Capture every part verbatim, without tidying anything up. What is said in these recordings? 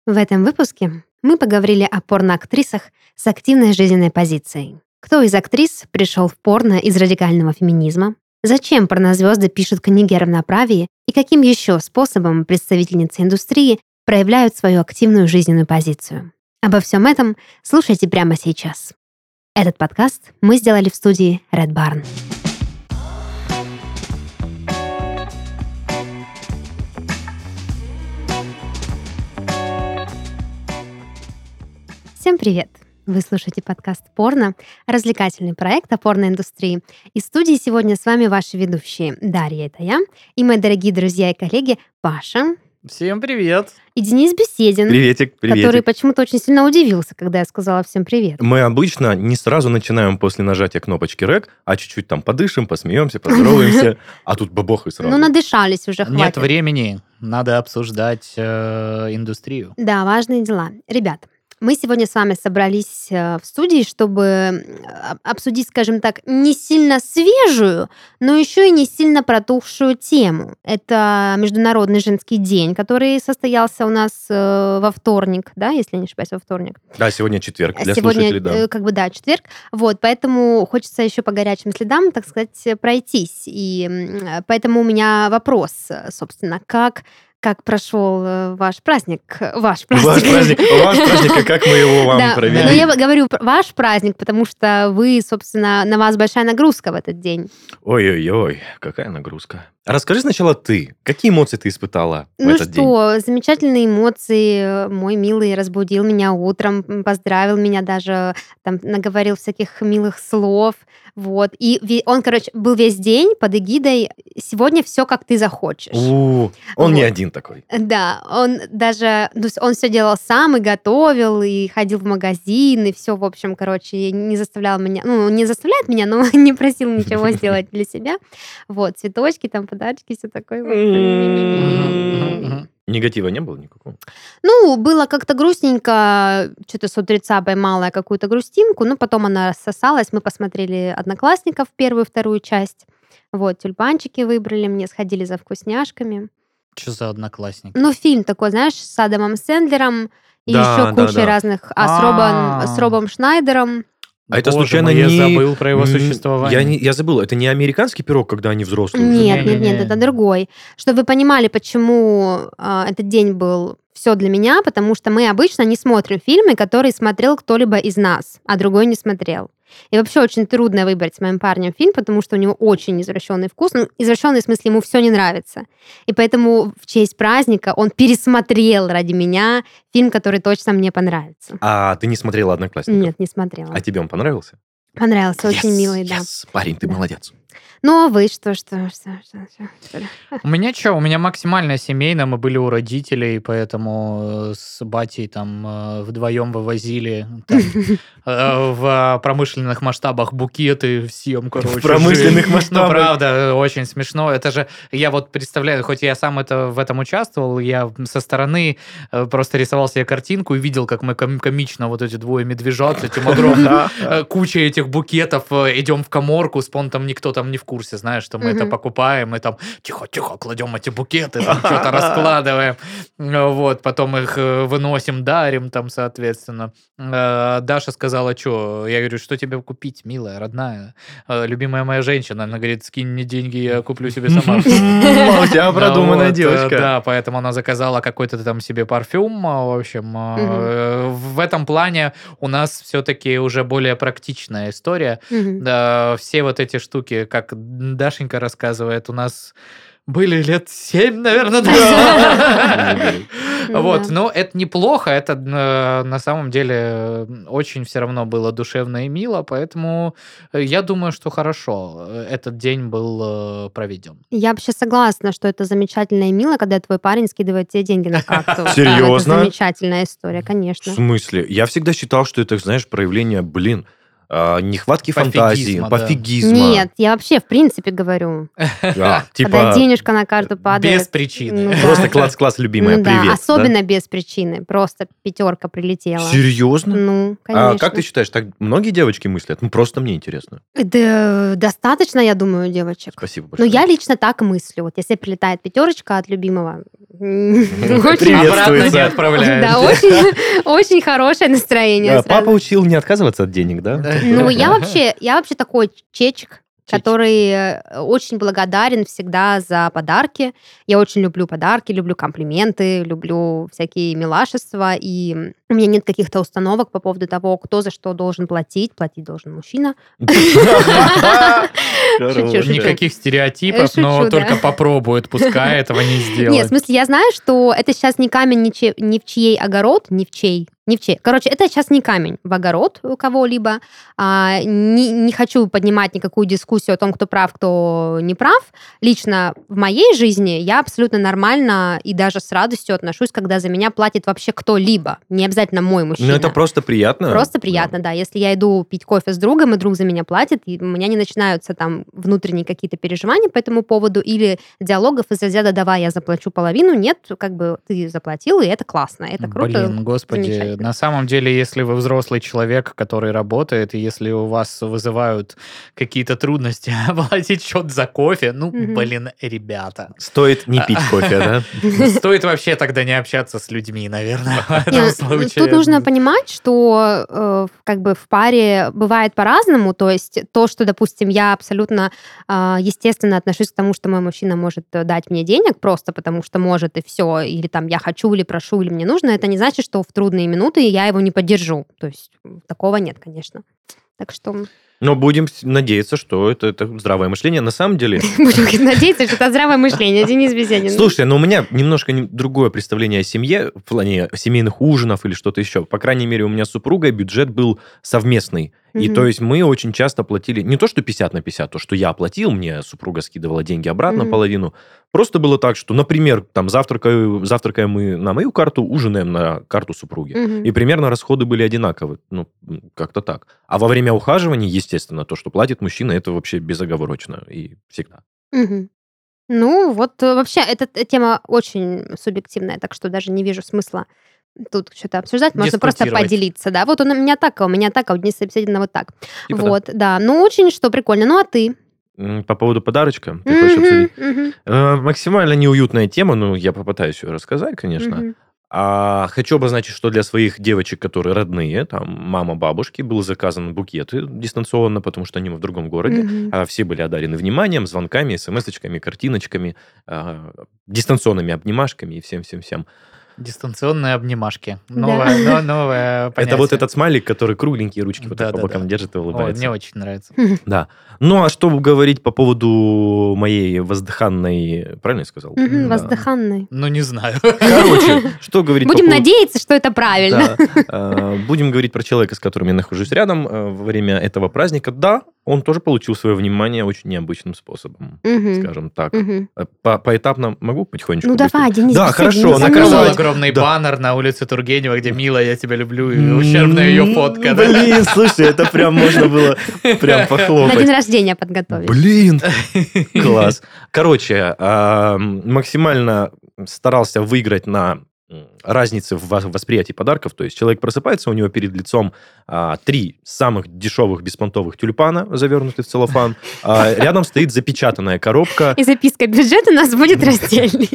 В этом выпуске мы поговорили о порноактрисах с активной жизненной позицией. Кто из актрис пришел в порно из радикального феминизма? Зачем порнозвезды пишут книги о равноправии? И каким еще способом представительницы индустрии проявляют свою активную жизненную позицию? Обо всем этом слушайте прямо сейчас. Этот подкаст мы сделали в студии Red Barn. Всем привет! Вы слушаете подкаст «Порно», развлекательный проект о порноиндустрии. Из студии сегодня с вами ваши ведущие Дарья, это я, и мои дорогие друзья и коллеги Паша. Всем привет! И Денис Беседин. Приветик, приветик. Который почему-то очень сильно удивился, когда я сказала всем привет. Мы обычно не сразу начинаем после нажатия кнопочки рек, а чуть-чуть там подышим, посмеемся, поздороваемся, а тут бабох и сразу. Ну, надышались уже, хватит. Нет времени, надо обсуждать э, индустрию. Да, важные дела. Ребят, мы сегодня с вами собрались в студии, чтобы обсудить, скажем так, не сильно свежую, но еще и не сильно протухшую тему. Это Международный женский день, который состоялся у нас во вторник, да, если я не ошибаюсь, во вторник. Да, сегодня четверг для сегодня, слушателей, да. Как бы, да, четверг. Вот, поэтому хочется еще по горячим следам, так сказать, пройтись. И поэтому у меня вопрос, собственно, как... Как прошел ваш праздник? Ваш праздник. Ваш праздник, ваш праздник, и как мы его вам да, провели. Но я говорю ваш праздник, потому что вы, собственно, на вас большая нагрузка в этот день. Ой-ой-ой, какая нагрузка. Расскажи сначала ты, какие эмоции ты испытала в ну этот день? Ну что, замечательные эмоции. Мой милый разбудил меня утром, поздравил меня даже, там, наговорил всяких милых слов. Вот. И он, короче, был весь день под эгидой «Сегодня все, как ты захочешь». У, он вот. Не один такой. Да, он даже, то есть он все делал сам и готовил, и ходил в магазин, и все, в общем, короче, не заставлял меня, ну, не заставляет меня, но не просил ничего сделать для себя. Вот, цветочки, там, подарочки, все такое. Негатива не было никакого? Ну, было как-то грустненько, что-то с утреца поймала я какую-то грустинку, но потом она рассосалась, мы посмотрели «Одноклассников» первую, вторую часть, вот, тюльпанчики выбрали мне, сходили за вкусняшками. Что за «Одноклассники»? Ну, фильм такой, знаешь, с Адамом Сэндлером и да, еще да, кучей да. разных, а с Робом, с Робом Шнайдером. А это Боже случайно мой, не... Я забыл про его существование. Я, не... я забыл, это не американский пирог, когда они взрослые? Нет, уже? нет, нет, это другой. Чтобы вы понимали, почему э, этот день был все для меня, потому что мы обычно не смотрим фильмы, которые смотрел кто-либо из нас, а другой не смотрел. И вообще очень трудно выбрать с моим парнем фильм, потому что у него очень извращенный вкус. Ну, извращенный в смысле, ему все не нравится. И поэтому в честь праздника он пересмотрел ради меня фильм, который точно мне понравится. А ты не смотрела «Одноклассников»? Нет, не смотрела. А тебе он понравился? Понравился, очень yes, милый, да. Yes. Парень, ты да. молодец. Ну, а вы что, что, что, что, что? У меня что? У меня максимально семейно. Мы были у родителей, поэтому с батей там вдвоем вывозили там, в промышленных масштабах букеты всем, короче. В промышленных масштабах? Ну, правда, очень смешно. Это же, я вот представляю, хоть я сам это, в этом участвовал, я со стороны просто рисовал себе картинку и видел, как мы комично вот эти двое медвежат с этим огромным кучей этих букетов идем в каморку, спон там никто там не в курсе, знаешь, что мы mm-hmm. это покупаем, и там тихо-тихо кладем эти букеты, там что-то раскладываем, вот, потом их выносим, дарим там, соответственно. Даша сказала, что? Я говорю, что тебе купить, милая, родная, любимая моя женщина? Она говорит, скинь мне деньги, я куплю себе сама. У тебя продуманная девочка. Да, поэтому она заказала какой-то там себе парфюм, в общем. В этом плане у нас все-таки уже более практичная история. Все вот эти штуки, как Дашенька рассказывает, у нас были лет семь, наверное, назад. Вот, но это неплохо, это на самом деле очень все равно было душевно и мило, поэтому я думаю, что хорошо этот день был проведен. Я вообще согласна, что это замечательно и мило, когда твой парень скидывает тебе деньги на карту. Серьезно? Это замечательная история, конечно. В смысле? Я всегда считал, что это, знаешь, проявление, блин, нехватки фантазии, Пофигизма, пофигизма. Да. Нет, я вообще в принципе говорю. Да, типа... Когда денежка на карту падает. Без причины. Ну, просто да. класс-класс, любимая, ну, привет. Да, особенно да? без причины. Просто пятерка прилетела. Серьезно? Ну, конечно. А как ты считаешь, так многие девочки мыслят? Ну, просто мне интересно. Да, достаточно, я думаю, девочек. Спасибо большое. Но я лично так мыслю. Вот если прилетает пятерочка от любимого, Обратно не отправляют. Да, очень, очень хорошее настроение. Да, сразу. папа учил не отказываться от денег, да? Ну, я вообще, я вообще такой чечек, Чечек. который э, очень благодарен всегда за подарки. Я очень люблю подарки, люблю комплименты, люблю всякие милашества, и у меня нет каких-то установок по поводу того, кто за что должен платить. Платить должен мужчина. Шучу, шучу. Никаких стереотипов, Шучу, но да. только попробует, пускай этого не сделает. Нет, в смысле, я знаю, что это сейчас не камень ни, че- ни в чьей огород, ни в чей, не в чей. Короче, это сейчас не камень в огород у кого-либо. А, не, не хочу поднимать никакую дискуссию о том, кто прав, кто не прав. Лично в моей жизни я абсолютно нормально и даже с радостью отношусь, когда за меня платит вообще кто-либо. Не обязательно мой мужчина. Ну, это просто приятно. Просто приятно, да. Если я иду пить кофе с другом, и друг за меня платит, и у меня не начинаются там внутренние какие-то переживания по этому поводу или диалогов из разряда «давай, я заплачу половину». Нет, как бы ты заплатил, и это классно, это круто. Блин, господи, замечательно. на самом деле, если вы взрослый человек, который работает, и если у вас вызывают какие-то трудности оплатить счет за кофе, ну, Мгм. блин, ребята. Стоит не пить кофе, да? Стоит вообще тогда не общаться с людьми, наверное, в этом Не, ну, случае. тут нужно понимать, что э, как бы в паре бывает по-разному. То есть то, что, допустим, я абсолютно э, естественно отношусь к тому, что мой мужчина может э, дать мне денег просто потому, что может, и все. Или там я хочу, или прошу, или мне нужно. Это не значит, что в трудные минуты я его не поддержу. То есть такого нет, конечно. Так что Но будем с- надеяться, что это, это здравое мышление. На самом деле... будем надеяться, что это здравое мышление. Денис Беседин. Слушай, но у меня немножко не- другое представление о семье в плане семейных ужинов или что-то еще. По крайней мере, у меня с супругой бюджет был совместный. И Мгм. то есть мы очень часто платили, не то что пятьдесят на пятьдесят, то, что я платил, мне супруга скидывала деньги обратно Мгм. половину. Просто было так, что, например, там завтракаю, завтракаем мы на мою карту, ужинаем на карту супруги. Мгм. И примерно расходы были одинаковы. Ну, м, как-то так. А во время ухаживания, естественно, то, что платит мужчина, это вообще безоговорочно и всегда. Мгм. Ну, вот э, вообще эта т- тема очень субъективная, так что даже не вижу смысла тут что-то обсуждать. Можно просто Дискутировать. поделиться, да. Вот он у меня так, а у меня так, а у Дениса Беседина вот так. Типа да. Вот, да. Ну, очень что прикольно. Ну, а ты? М, По поводу подарочка, ты хочешь обсудить? Мгм, мгм, Э, Максимально неуютная тема, ну, я попытаюсь ее рассказать, конечно. мгм. А хочу обозначить, что для своих девочек, которые родные, там, мама, бабушки, был заказан букеты дистанционно, потому что они в другом городе. Мгм. А все были одарены вниманием, звонками, смс-очками, картиночками, а, дистанционными обнимашками и всем-всем-всем. Дистанционные обнимашки. Да. Новое, но- новое понятие. Это вот этот смайлик, который кругленькие ручки вот так по Да-да-да. бокам держит и Ой, улыбается. мне очень нравится. Да. Ну, а что говорить по поводу моей воздыханной... Правильно я сказал? Мгм, Да. Воздыханный. Ну, не знаю. Короче, что говорить по Будем поводу- надеяться, что это правильно. Да. Э, Будем говорить про человека, с которым я нахожусь рядом э, во время этого праздника. Да, он тоже получил свое внимание очень необычным способом, Мгм, скажем так. мгм. Э, По- Поэтапно могу потихонечку? Ну, быстро? давай, Денис Да, Беседин, хорошо, не Заказал наказать. сомневаюсь. огромный Да. баннер на улице Тургенева, где «Мила, я тебя люблю», и ущербная ее фотка. да? Блин, слушай, это прям можно было прям На похлопать. день рождения подготовить. Блин, класс. Короче, а, максимально старался выиграть на м, разнице в во- восприятии подарков. То есть человек просыпается, у него перед лицом а, три самых дешевых беспонтовых тюльпана, завернутые в целлофан. А, рядом стоит запечатанная коробка. И записка «Бюджет у нас будет раздельный».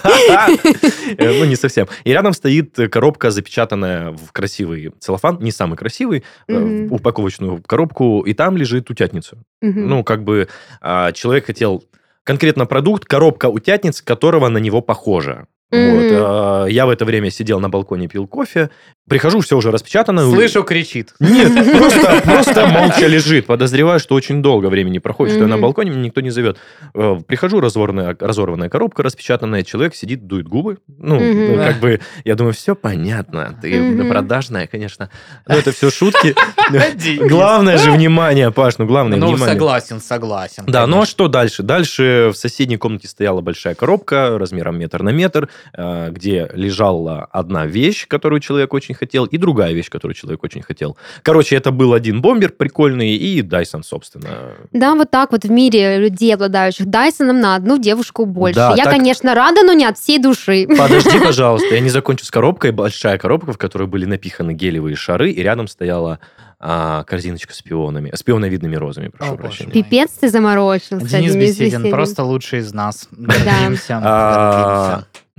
Э, Ну, не совсем. И рядом стоит коробка, запечатанная в красивый целлофан, не самый красивый, э, Мгм. в упаковочную коробку, и там лежит утятница. Мгм. Ну, как бы а, человек хотел конкретно продукт, коробка утятниц, которого на него похожа. Мгм. Вот. а, Я в это время сидел на балконе, пил кофе. Прихожу, все уже распечатано. Слышу, кричит. Нет, просто, просто молча лежит. Подозреваю, что очень долго времени проходит, что я на Мгм. балконе, меня никто не зовет. Э, Прихожу, разорванная, разорванная коробка распечатанная, человек сидит, дует губы. Ну, Мгм. ну, как бы, я думаю, все понятно. Ты Мгм. продажная, конечно. Но это все шутки. Денис. Главное же внимание, Паш, ну главное Ну, внимание. согласен, согласен. Да, ну а конечно. что дальше? Дальше в соседней комнате стояла большая коробка размером метр на метр, э, где лежала одна вещь, которую человек очень хотел, и другая вещь, которую человек очень хотел. Короче, это был один бомбер прикольный и Dyson, собственно. Да, вот так вот в мире людей, обладающих Дайсоном, на одну девушку больше. Да, Я, так- конечно, рада, но не от всей души. Подожди, пожалуйста, я не закончу с коробкой. Большая коробка, в которой были напиханы гелевые шары, и рядом стояла а, корзиночка с пионами, с пионовидными розами, прошу О, боже прощения. мой. Пипец ты заморочился, Денис Беседин Беседин. просто лучший из нас. Гордимся, А, гордимся.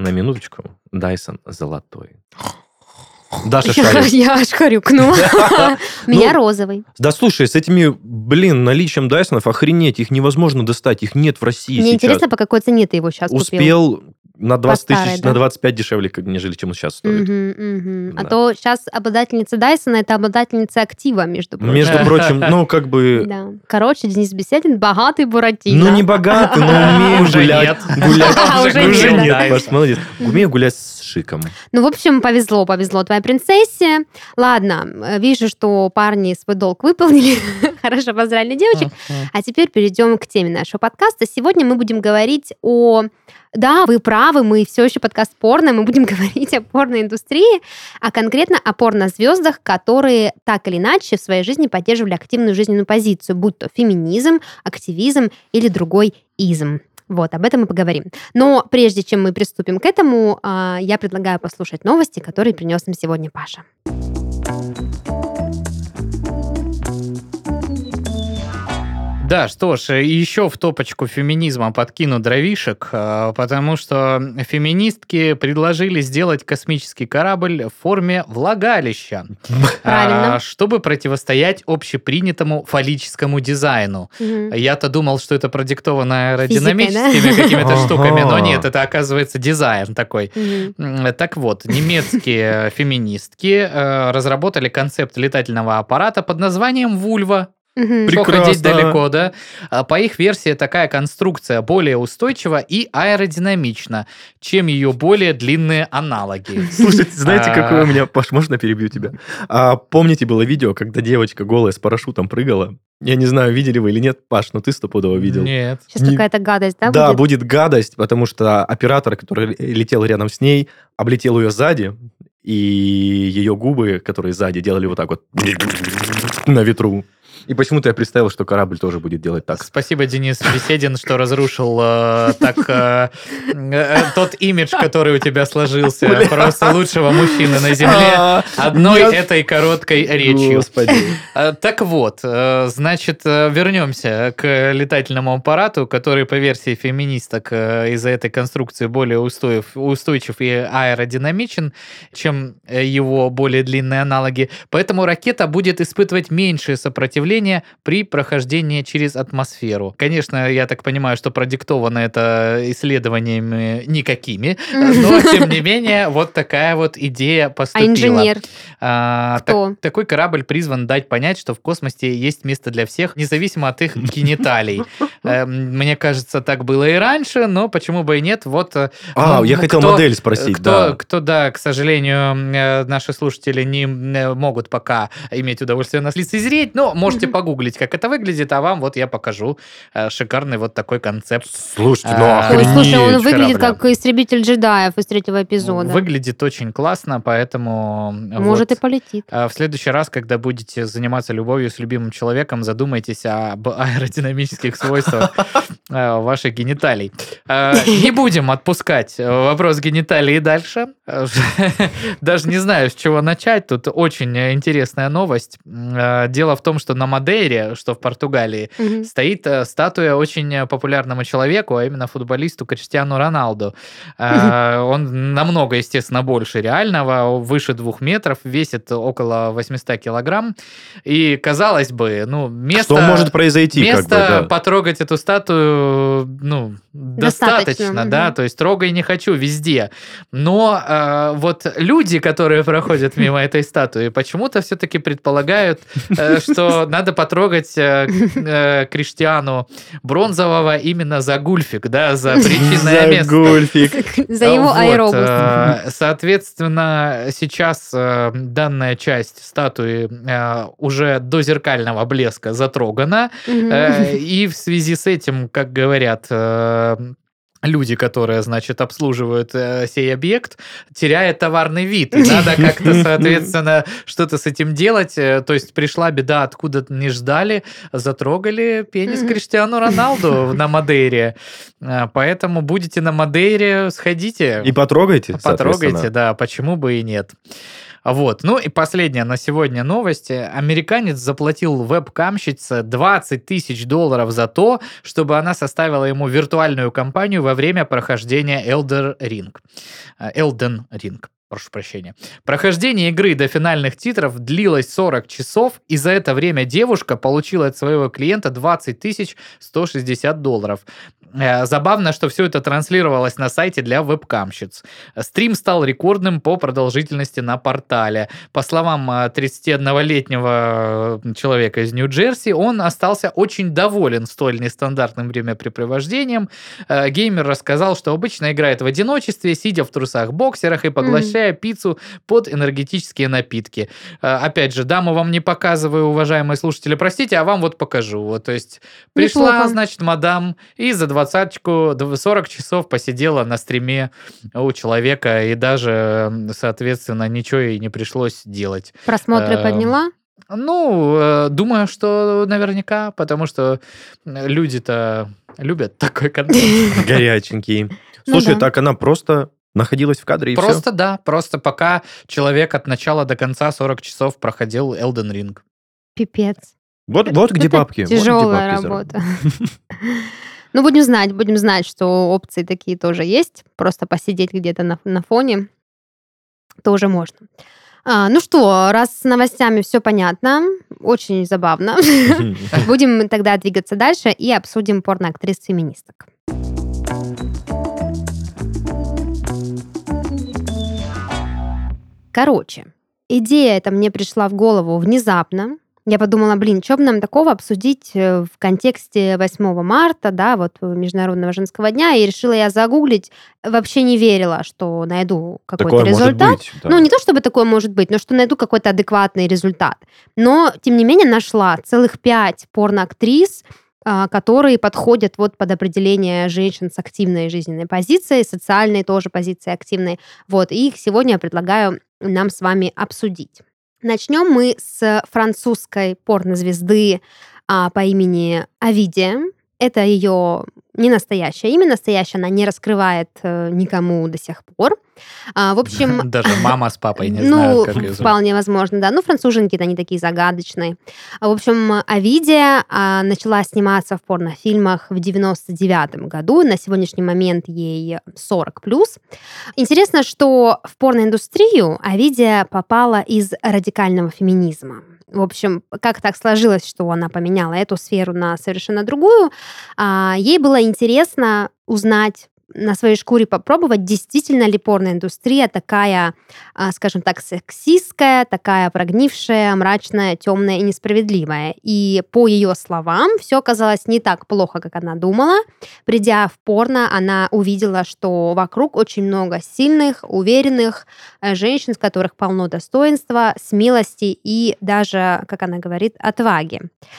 На минуточку, Dyson золотой. Даша Я, шарит. я аж хрюкнула. У меня розовый. Да слушай, с этими, блин, наличием Дайсонов охренеть, их невозможно достать, их нет в России Мне сейчас. интересно, по какой цене ты его сейчас купил? Успел на двадцать По старой, тысяч, да? на двадцать пять дешевле, как- нежели чем он сейчас стоит. Мгм, мгм. А Да. то сейчас обладательница Дайсона это обладательница актива, между прочим. Между прочим, ну, как бы... Да. Короче, Денис Беседин богатый Буратино. Ну, не богатый, но умею Уже гулять. нет. гулять. Уже Уже нет, нет, да. Паш, молодец. Умею гулять с шиком. Ну, в общем, повезло, повезло твоей принцессе. Ладно, э, вижу, что парни свой долг выполнили. Хорошо поздравили девочек. А теперь перейдем к теме нашего подкаста. Сегодня мы будем говорить о... Да, вы правы, мы все еще подкаст порно, мы будем говорить о порноиндустрии, а конкретно о порнозвездах, которые так или иначе в своей жизни поддерживали активную жизненную позицию, будь то феминизм, активизм или другой изм. Вот, об этом мы поговорим. Но прежде чем мы приступим к этому, а, я предлагаю послушать новости, которые принес нам сегодня Паша. Да, что ж, еще в топочку феминизма подкину дровишек, э, потому что феминистки предложили сделать космический корабль в форме влагалища, Правильно. а, чтобы противостоять общепринятому фаллическому дизайну. Мгм. Я-то думал, что это продиктовано Физикой, аэродинамическими да? какими-то Ага. штуками, но нет, это оказывается дизайн такой. Мгм. М, Так вот, немецкие феминистки э, разработали концепт летательного аппарата под названием «Вульва». Мгм. При- Что ходить Прекрасно. далеко, да? А По их версии, такая конструкция более устойчива и аэродинамична, чем ее более длинные аналоги. Слушайте, знаете, А. какое у меня... Паш, можно перебью тебя? А, помните, было видео, когда девочка голая с парашютом прыгала? Я не знаю, видели вы или нет, Паш, но ты стопудово видел. Нет. Сейчас Не- какая-то гадость, да, Да, будет? будет гадость, потому что оператор, который летел рядом с ней, облетел ее сзади, и ее губы, которые сзади, делали вот так вот на ветру. И почему-то я представил, что корабль тоже будет делать так. Спасибо, Денис Беседин, что разрушил э, так э, э, тот имидж, который у тебя сложился, Бля. просто лучшего мужчины на Земле, А, одной нет. этой короткой речью. Господи. Э, Так вот, э, значит, э, вернемся к летательному аппарату, который, по версии феминисток, э, из-за этой конструкции более устоев- устойчив и аэродинамичен, чем э, его более длинные аналоги. Поэтому ракета будет испытывать меньшее сопротивление при прохождении через атмосферу. Конечно, я так понимаю, что продиктовано это исследованиями никакими, но, тем не менее, вот такая вот идея А поступила. инженер? А, Кто? так- такой корабль призван дать понять, что в космосе есть место для всех, независимо от их гениталий. Эм, Мне кажется, так было и раньше, но почему бы и нет? Вот. э, А, ну, я хотел кто- модель спросить, кто, да. кто, да, к сожалению, э, наши слушатели не э, могут пока иметь удовольствие нас лицезреть, но можете Мгм. погуглить, как это выглядит, а вам вот я покажу э, шикарный вот такой концепт. Слушайте, ну А, Ой, охренеть. слушай, он выглядит корабля. как истребитель джедаев из третьего эпизода. Выглядит очень классно, поэтому... Может, вот. и полетит. А В следующий раз, когда будете заниматься любовью с любимым человеком, задумайтесь об аэродинамических свойствах э, ваших гениталий. Э, Не будем отпускать э, вопрос гениталий дальше. Э, Даже не знаю, с чего начать. Тут очень э, интересная новость. Э, Дело в том, что на Мадейре, что в Португалии, Мгм. стоит э, статуя очень э, популярному человеку, а именно футболисту Криштиану Роналду. Э, Он намного, естественно, больше реального, выше двух метров, весит около восемьсот килограмм. И, казалось бы, ну, место... Что может произойти, как Место бы, да. потрогать эту статую, ну, достаточно, Достаточно, да, мгм. то есть трогай не хочу везде. Но э, вот люди, которые проходят мимо этой статуи, почему-то все-таки предполагают, э, что надо потрогать э, э, Криштиану Бронзового именно за гульфик, да, за причинное За место. гульфик. За его Вот, аэробус. э, Соответственно, сейчас э, данная часть статуи э, уже до зеркального блеска затрогана. Мгм. Э, И в связи с этим, как говорят э, люди, которые, значит, обслуживают э, сей объект, теряет товарный вид. И надо как-то, соответственно, что-то с этим делать. Э, То есть пришла беда, откуда не ждали, затрогали пенис Мгм. Криштиану Роналду на Мадейре. Э, Поэтому будете на Мадейре, сходите. И потрогайте, Потрогайте, соответственно. да, почему бы и нет. Вот. Ну и последняя на сегодня новость. Американец заплатил веб-камщице двадцать тысяч долларов за то, чтобы она составила ему виртуальную компанию во время прохождения Elden Ring. Elden Ring. Прошу прощения. Прохождение игры до финальных титров длилось сорок часов, и за это время девушка получила от своего клиента двадцать тысяч сто шестьдесят долларов. Забавно, что все это транслировалось на сайте для веб-камщиц. Стрим стал рекордным по продолжительности на портале. По словам тридцатиоднолетнего человека из Нью-Джерси, он остался очень доволен столь нестандартным времяпрепровождением. Геймер рассказал, что обычно играет в одиночестве, сидя в трусах-боксерах и поглощая mm. пиццу под энергетические напитки. Опять же, даму вам не показываю, уважаемые слушатели, простите, а вам вот покажу. Вот, то есть пришла, Неплохо. значит, мадам и за двадцаточку сорок часов посидела на стриме у человека, и даже, соответственно, ничего ей не пришлось делать. Просмотры э, подняла? Ну, э, думаю, что наверняка, потому что люди-то любят такой контент. Горяченький. Слушай, так она просто находилась в кадре и все? Просто да, просто пока человек от начала до конца сорок часов проходил Elden Ring. Пипец. Вот, вот где бабки. Тяжелая работа. Ну, будем знать, будем знать, что опции такие тоже есть. Просто посидеть где-то на, на фоне тоже можно. А, ну что, раз с новостями все понятно, очень забавно, будем тогда двигаться дальше и обсудим порноактрис-феминисток. Короче, идея эта мне пришла в голову внезапно. Я подумала, блин, что бы нам такого обсудить в контексте восьмого марта, да, вот Международного женского дня, и решила я загуглить. Вообще не верила, что найду какой-то такое результат. Может быть, да. Ну, не то, чтобы такое может быть, но что найду какой-то адекватный результат. Но, тем не менее, нашла целых пять порноактрис, которые подходят вот под определение женщин с активной жизненной позицией, социальной тоже позицией активной. Вот, и их сегодня я предлагаю нам с вами обсудить. Начнем мы с французской порнозвезды а, по имени Овидия. Это ее не настоящее имя, настоящее она не раскрывает э, никому до сих пор. А, в общем... Даже мама с папой не ну, знают, как ее зовут. Вполне возможно, да. Ну, француженки-то они такие загадочные. В общем, Овидия а, начала сниматься в порнофильмах в девяносто девятом году. На сегодняшний момент ей сорок плюс. Интересно, что в порноиндустрию Овидия попала из радикального феминизма. В общем, как так сложилось, что она поменяла эту сферу на совершенно другую. А, ей было интересно узнать, на своей шкуре попробовать, действительно ли порноиндустрия такая, скажем так, сексистская, такая прогнившая, мрачная, темная и несправедливая. И по ее словам, все оказалось не так плохо, как она думала. Придя в порно, она увидела, что вокруг очень много сильных, уверенных женщин, в которых полно достоинства, смелости и даже, как она говорит, отваги.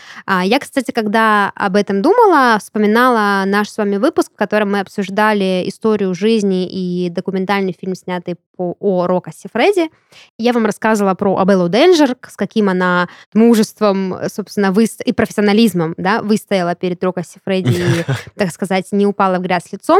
Я, кстати, когда об этом думала, вспоминала наш с вами выпуск, в котором мы обсуждали историю жизни и документальный фильм, снятый по, о Рокасе Фредди. Я вам рассказывала про Абеллу Денджер, с каким она мужеством, собственно, выст... и профессионализмом, да, выстояла перед Рокасе Фредди и, так сказать, не упала в грязь лицом.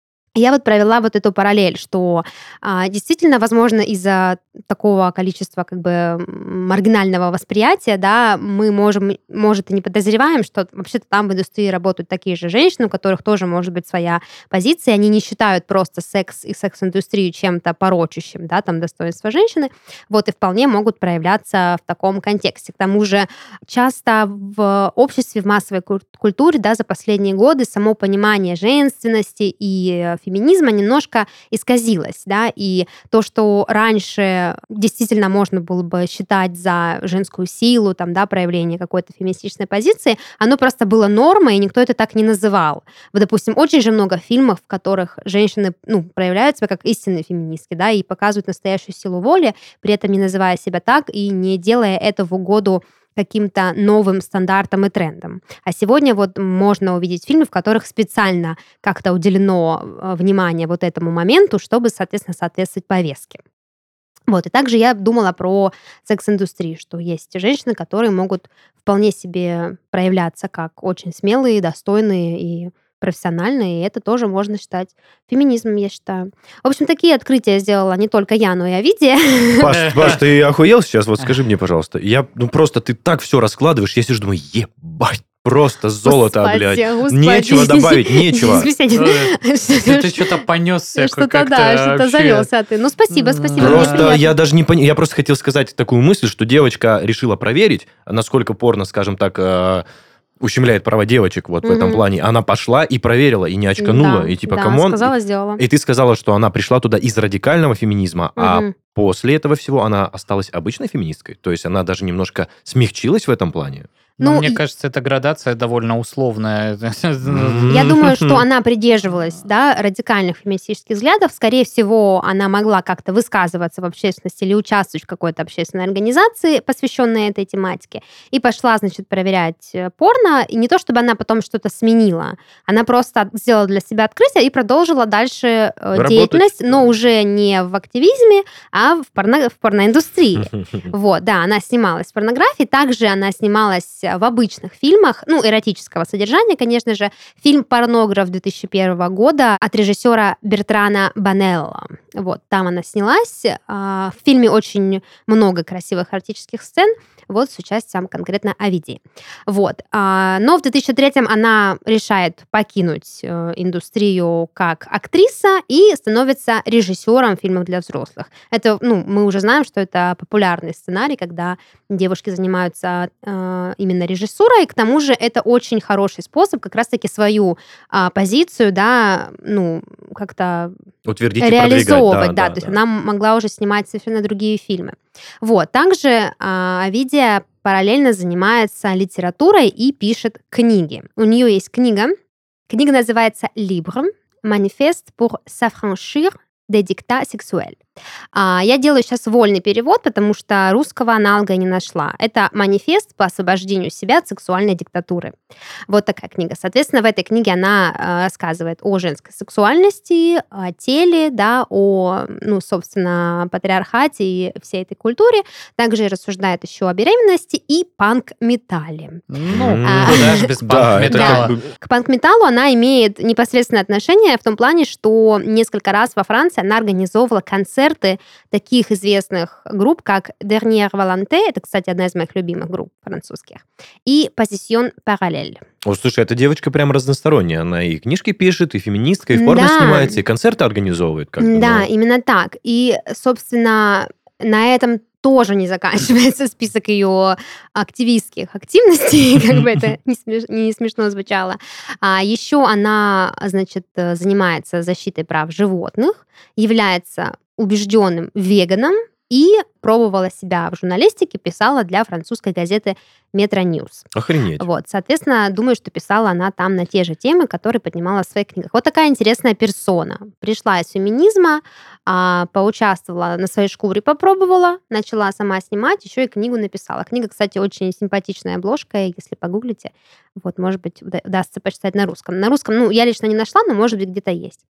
Я вот провела вот эту параллель, что а, действительно, возможно, из-за такого количества как бы маргинального восприятия, да, мы можем, может, и не подозреваем, что вообще-то там в индустрии работают такие же женщины, у которых тоже может быть своя позиция, они не считают просто секс и секс-индустрию чем-то порочащим, да, там достоинство женщины, вот, и вполне могут проявляться в таком контексте. К тому же часто в обществе, в массовой культуре, да, за последние годы само понимание женственности и феминизма немножко исказилось, да, и то, что раньше действительно можно было бы считать за женскую силу, там, да, проявление какой-то феминистичной позиции, оно просто было нормой, и никто это так не называл. Вот, допустим, очень же много фильмов, в которых женщины, ну, проявляют себя как истинные феминистки, да, и показывают настоящую силу воли, при этом не называя себя так и не делая это в угоду каким-то новым стандартам и трендам. А сегодня вот можно увидеть фильмы, в которых специально как-то уделено внимание вот этому моменту, чтобы, соответственно, соответствовать повестке. Вот, и также я думала про секс-индустрию, что есть женщины, которые могут вполне себе проявляться как очень смелые, достойные и профессионально, и это тоже можно считать феминизмом, я считаю. В общем, такие открытия сделала не только я, но и Овидия. Паш, Паш, ты охуел сейчас? Вот скажи мне, пожалуйста. Я, ну просто ты так все раскладываешь, я сижу, думаю, ебать, просто золото, Господи, блядь. господи. Нечего добавить, нечего. Ты ты что-то понесся Что-то, как-то да, что-то вообще. завелся ты. Ну, спасибо, спасибо. мне Просто приятно. я даже не понял, я просто хотел сказать такую мысль, что девочка решила проверить, насколько порно, скажем так, э, ущемляет права девочек вот в этом Мгм. плане. Она пошла и проверила, и не очканула, Да, и типа, да, камон. сказала, сделала. И ты сказала, что она пришла туда из радикального феминизма, а Мгм. после этого всего она осталась обычной феминисткой. То есть она даже немножко смягчилась в этом плане. Ну, Ну, мне и- кажется, эта градация довольно условная. Я думаю, что она придерживалась, да, радикальных феминистических взглядов. Скорее всего, она могла как-то высказываться в общественности или участвовать в какой-то общественной организации, посвященной этой тематике. И пошла, значит, проверять э, порно. И не то, чтобы она потом что-то сменила. Она просто сделала для себя открытие и продолжила дальше э, Работать. деятельность, но уже не в активизме, а в, порно- в порноиндустрии. Вот, да, она снималась в порнографии, также она снималась в обычных фильмах, ну, эротического содержания, конечно же. Фильм «Порнограф» две тысячи первого года от режиссера Бертрана Банелла. Вот, там она снялась. А, В фильме очень много красивых эротических сцен, вот, с участием конкретно Овидии. Вот. А, Но в две тысячи третьем она решает покинуть э, индустрию как актриса и становится режиссером фильмов для взрослых. Это, ну, мы уже знаем, что это популярный сценарий, когда девушки занимаются э, именно режиссурой, и к тому же это очень хороший способ как раз-таки свою а, позицию, да, ну, как-то Утвердить и реализовывать, продвигать. да, то есть она могла уже снимать совершенно другие фильмы. Вот, также а, Овидия параллельно занимается литературой и пишет книги. У нее есть книга, книга называется «Libre. Manifeste pour s'affranchir des dictats sexuels». А, Я делаю сейчас вольный перевод, потому что русского аналога не нашла. Это манифест по освобождению себя от сексуальной диктатуры. Вот такая книга. Соответственно, в этой книге она э, рассказывает о женской сексуальности, о теле, да, о, ну, собственно, патриархате и всей этой культуре. Также рассуждает еще о беременности и панк-металле. Ну, А, куда же без Да, это панк-металла? как бы... К панк-металлу она имеет непосредственное отношение в том плане, что несколько раз во Франции она организовывала концерты таких известных групп, как Dernière Volonté, это, кстати, одна из моих любимых групп французских, и Position Parallèle. О, слушай, эта девочка прям разносторонняя. Она и книжки пишет, и феминистка, и в порно Да. снимается, и концерты организовывает. Как бы, Да, ну. именно так. И, собственно, на этом тоже не заканчивается список ее активистских активностей, как бы это не, смеш- не смешно звучало. А еще она, значит, э, занимается защитой прав животных, является убежденным веганом и пробовала себя в журналистике, писала для французской газеты Metro News. Охренеть. Вот, соответственно, думаю, что писала она там на те же темы, которые поднимала в своих книгах. Вот такая интересная персона. Пришла из феминизма, а, поучаствовала на своей шкуре, попробовала, начала сама снимать, еще и книгу написала. Книга, кстати, очень симпатичная обложка, если погуглите, вот, может быть, уда- удастся почитать на русском. На русском, ну, я лично не нашла, но, может быть, где-то есть.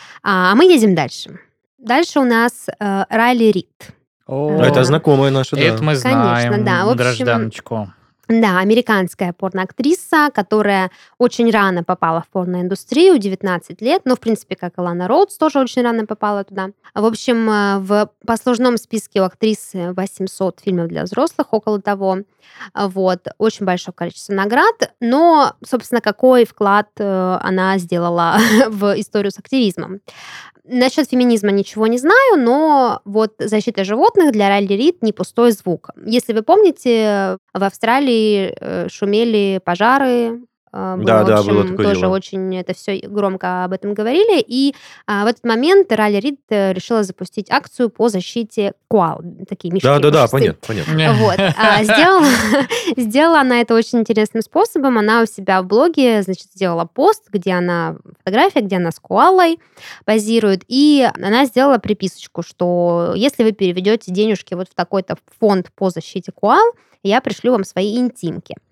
А а мы едем дальше. Дальше у нас э, Райли Рид. О, Это знакомая наша, да. Это мы знаем, Конечно, да. В общем, гражданочку. Да, американская порноактриса, которая очень рано попала в порноиндустрию, девятнадцать лет, ну, в принципе, как и Лана Роудс, тоже очень рано попала туда. В общем, э, в послужном списке у актрисы восемьсот фильмов для взрослых, около того. А, Вот, очень большое количество наград, но, собственно, какой вклад э, она сделала в историю с активизмом? Насчет феминизма ничего не знаю, но вот защита животных для Райли Рид не пустой звук. Если вы помните, в Австралии э, шумели пожары, э, было, Да, в да, общем, было такое тоже дело. очень это все громко об этом говорили. И а, в этот момент Райли Рид э, решила запустить акцию по защите коал. Такие мишки. Да-да-да, пушистые. понятно, понятно. Вот. А сделала, сделала она это очень интересным способом. Она у себя в блоге, значит, сделала пост, где она, фотография, где она с коалой позирует, и она сделала приписочку, что если вы переведете денежки вот в такой-то фонд по защите коал, я пришлю вам свои интимки.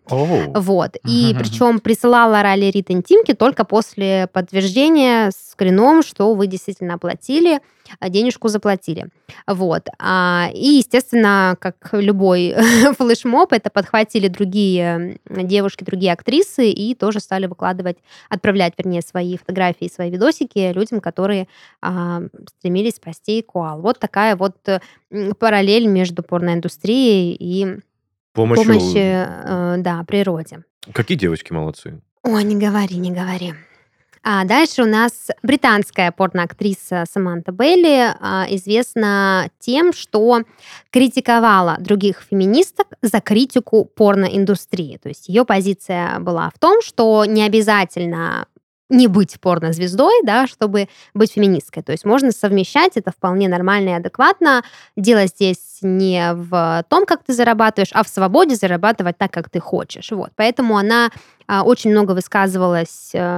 Оу. Вот. И Мгм. причем присылала Райли Рид интимки только после подтверждения скрином, что вы действительно оплатили, а, денежку заплатили. Вот. А, И, естественно, как любой флешмоб, это подхватили другие м, девушки, другие актрисы и тоже стали выкладывать, отправлять, вернее, свои фотографии, свои видосики людям, которые а, стремились спасти коал. Вот такая вот э, м, параллель между порноиндустрией и Помощью... помощи, э, да, природе. Какие девочки молодцы. Ой, не говори, не говори. А дальше у нас британская порноактриса Саманта Бейли а, известна тем, что критиковала других феминисток за критику порноиндустрии. То есть ее позиция была в том, что не обязательно не быть порнозвездой, да, чтобы быть феминисткой. То есть можно совмещать, это вполне нормально и адекватно. Дело здесь не в том, как ты зарабатываешь, а в свободе зарабатывать так, как ты хочешь. Вот. Поэтому она а, очень много высказывалась э,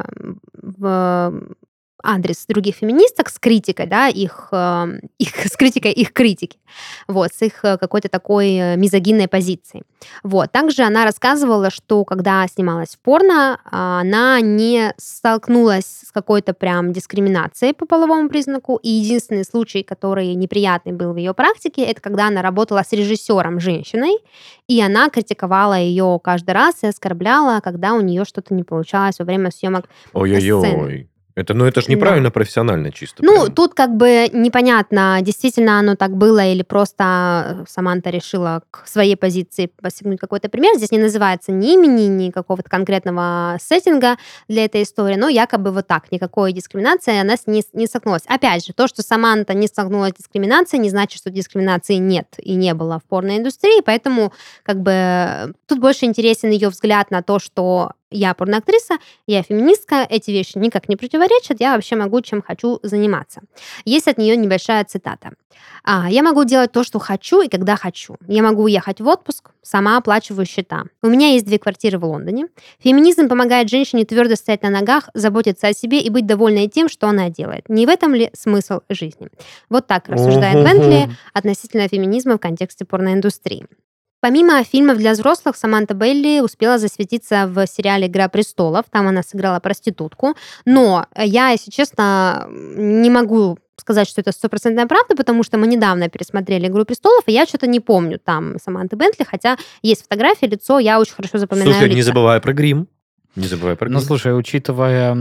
в адрес других феминисток с критикой, да, их, э, их с критикой их критики, вот, с их э, какой-то такой э, мизогинной позицией. Вот. Также она рассказывала, что когда снималась в порно, а, она не столкнулась с какой-то прям дискриминацией по половому признаку, и единственный случай, который неприятный был в ее практике, это когда она работала с режиссером женщиной, и она критиковала ее каждый раз и оскорбляла, когда у нее что-то не получалось во время съемок сцены. Ой-ой-ой. Это, ну, это же Да. неправильно профессионально чисто. Ну, прям. тут как бы непонятно, действительно оно так было или просто Саманта решила к своей позиции посягнуть какой-то пример. Здесь не называется ни имени, ни какого-то конкретного сеттинга для этой истории, но якобы вот так, никакой дискриминации она с ней не столкнулась. Опять же, то, что Саманта не столкнулась с дискриминацией, не значит, что дискриминации нет и не было в порноиндустрии, поэтому как бы тут больше интересен ее взгляд на то, что я порноактриса, я феминистка, эти вещи никак не противоречат, я вообще могу чем хочу заниматься. Есть от нее небольшая цитата. А, «Я могу делать то, что хочу и когда хочу. Я могу уехать в отпуск, сама оплачиваю счета. У меня есть две квартиры в Лондоне. Феминизм помогает женщине твердо стоять на ногах, заботиться о себе и быть довольной тем, что она делает. Не в этом ли смысл жизни?» Вот так рассуждает Ого-го. Бентли относительно феминизма в контексте порноиндустрии. Помимо фильмов для взрослых, Саманта Бейли успела засветиться в сериале «Игра престолов». Там она сыграла проститутку. Но я, если честно, не могу сказать, что это стопроцентная правда, потому что мы недавно пересмотрели «Игру престолов», и я что-то не помню там Саманты Бентли, хотя есть фотография, лицо, я очень хорошо запоминаю Слушай, лица. не забывай про грим. Не забывай про Ну, грим. слушай, учитывая,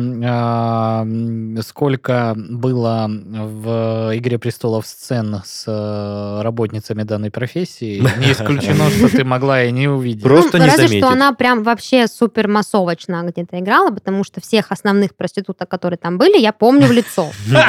а, м, сколько было в «Игре престолов» сцен с э, работницами данной профессии, не исключено, что ты могла и не увидеть. Просто Ну, не разве заметить. что она прям вообще супер массовочно где-то играла, потому что всех основных проституток, которые там были, я помню в лицо.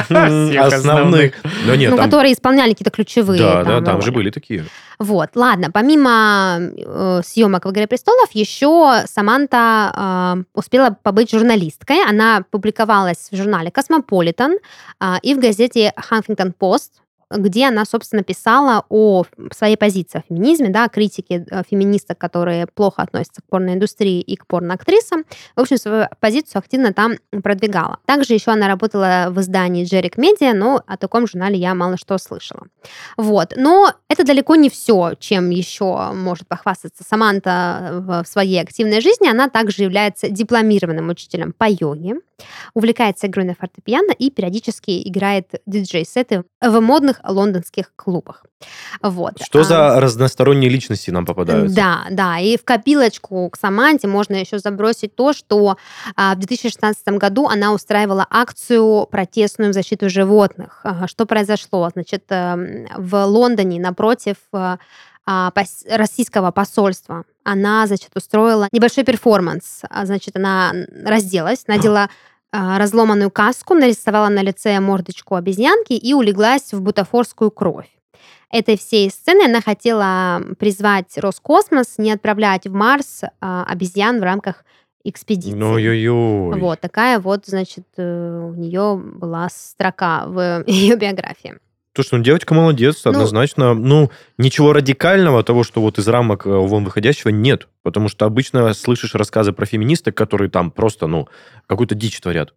Всех Основных. Да нет, Ну, там... которые исполняли какие-то ключевые Да, да, там там же роли. были такие. Вот, ладно, помимо э, съемок в «Игре престолов», еще Саманта э, успела побыть журналисткой. Она публиковалась в журнале «Космополитен» э, и в газете «Хаффингтон Пост», где она, собственно, писала о своей позиции о феминизме, да, о критике э, феминисток, которые плохо относятся к порноиндустрии и к порноактрисам. В общем, свою позицию активно там продвигала. Также еще она работала в издании «Джерик Медиа», но о таком журнале я мало что слышала. Вот. Но это далеко не все, чем еще может похвастаться Саманта в своей активной жизни. Она также является дипломированным учителем по йоге, увлекается игрой на фортепиано и периодически играет диджей-сеты в модных лондонских клубах. Вот. Что А, за разносторонние личности нам попадаются? Да, да. И в копилочку к Саманте можно еще забросить то, что а, в две тысячи шестнадцатом году она устраивала акцию протестную в защиту животных. А, Что произошло? Значит, эм, в Лондоне напротив э, а, пос- российского посольства она, значит, устроила небольшой перформанс. А, Значит, она разделась, надела а, разломанную каску, нарисовала на лице мордочку обезьянки и улеглась в бутафорскую кровь. Этой всей сценой она хотела призвать Роскосмос не отправлять в Марс а, обезьян в рамках экспедиции. Ну, ой-ой-ой. Вот такая вот, значит, э, у нее была строка в ее биографии. То, что ну, девочка молодец, Ну, однозначно. Ну, ничего радикального, того, что вот из рамок э, вон выходящего, нет. Потому что обычно слышишь рассказы про феминисток, которые там просто, ну, какую-то дичь творят.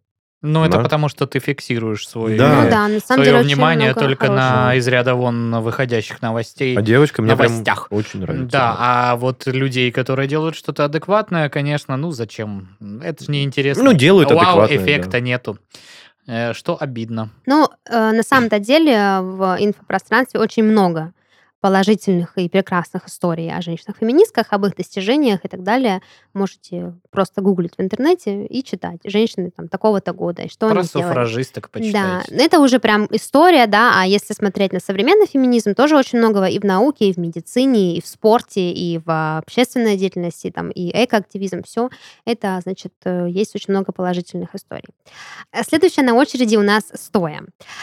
Ну, это Да. потому, что ты фиксируешь свой, Да. Ну да, на самом свое деле очень внимание много только на хорошего. из ряда вон выходящих новостей. А девочка мне прям новостях. очень нравится. Да, а вот людей, которые делают что-то адекватное, конечно, ну зачем? Это же неинтересно. Ну, делают адекватное, Вау-эффекта да. нету. Э, Что обидно. Ну, э, на самом-то деле в инфопространстве очень много положительных и прекрасных историй о женщинах-феминистках, об их достижениях и так далее. Можете просто гуглить в интернете и читать. Женщины там такого-то года, и что Про они сделали. суфражисток Да, почитайте. это уже прям история, да, а если смотреть на современный феминизм, тоже очень многого и в науке, и в медицине, и в спорте, и в общественной деятельности, там, и экоактивизм, все это, значит, э, есть очень много положительных историй. А Следующая на очереди у нас Стоя.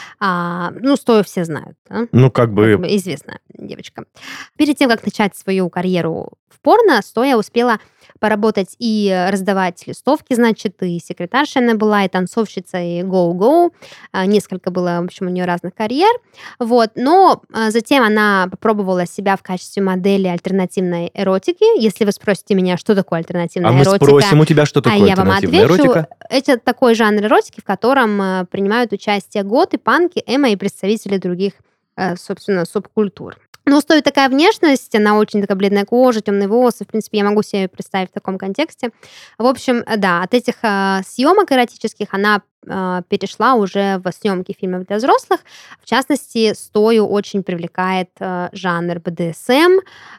А, ну, Стою все знают, да? Ну, как Как бы... бы известная девочка. Перед тем, как начать свою карьеру в порно, Стоя успела поработать и раздавать листовки, значит, и секретаршей она была, и танцовщицей Go-Go. А, Несколько было, в общем, у нее разных карьер. Вот. Но а, затем она попробовала себя в качестве модели альтернативной эротики. Если вы спросите меня, что такое альтернативная А мы эротика, спросим у тебя, что а такое я вам альтернативная отвечу, эротика? это такой жанр эротики, в котором э, принимают участие готы, панки, эмо и представители других, э, собственно, субкультур. Но стоит такая внешность, она очень такая бледная кожа, темные волосы, в принципе, я могу себе представить в таком контексте. В общем, э, да, от этих э, съемок эротических она э, перешла уже в съемки фильмов для взрослых. В частности, Стою очень привлекает э, жанр бэ дэ эс эм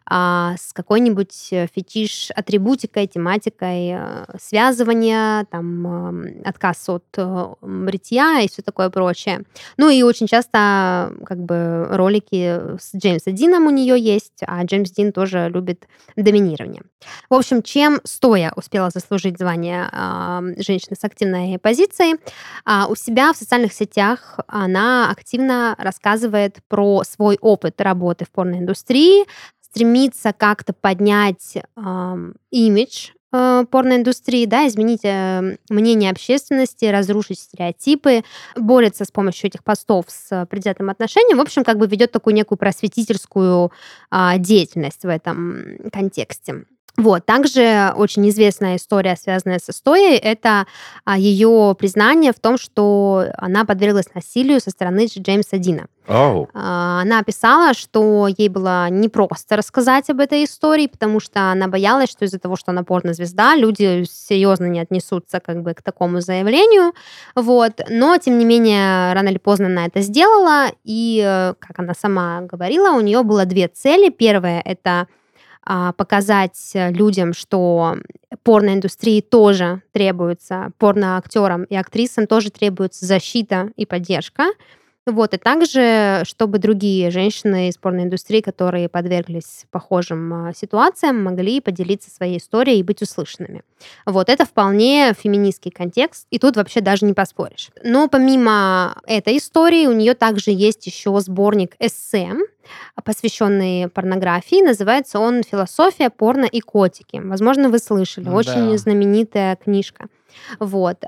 а, с какой-нибудь э, фетиш-атрибутикой, тематикой э, связывания, там, э, отказ от э, бритья и все такое прочее. Ну и очень часто как бы ролики с Джеймсом Дином у нее есть, а Джеймс Дин тоже любит доминирование. В общем, чем Стоя успела заслужить звание а, женщины с активной позицией, а, у себя в социальных сетях она активно рассказывает про свой опыт работы в порноиндустрии, стремится как-то поднять ам, имидж э, порноиндустрии, да, изменить э, мнение общественности, разрушить стереотипы, борется с помощью этих постов с предвзятым отношением. В общем, как бы ведет такую некую просветительскую а, деятельность в этом контексте. Вот. Также очень известная история, связанная со Стоей, это а, ее признание в том, что она подверглась насилию со стороны Джеймса Дина. Ау. А, Она описала, что ей было непросто рассказать об этой истории, потому что она боялась, что из-за того, что она порнозвезда, люди серьезно не отнесутся как бы к такому заявлению. Вот. Но, тем не менее, рано или поздно она это сделала, и, э, как она сама говорила, у нее было две цели. Первая — это а, показать людям, что порноиндустрии тоже требуется, порноактерам и актрисам тоже требуется защита и поддержка. Вот, и также, чтобы другие женщины из порноиндустрии, которые подверглись похожим а, ситуациям, могли поделиться своей историей и быть услышанными. Вот, это вполне феминистский контекст, и тут вообще даже не поспоришь. Но помимо этой истории, у нее также есть еще сборник эссе, посвященный порнографии. Называется он «Философия, порно и котики». Возможно, вы слышали. Очень Да. знаменитая книжка. Вот.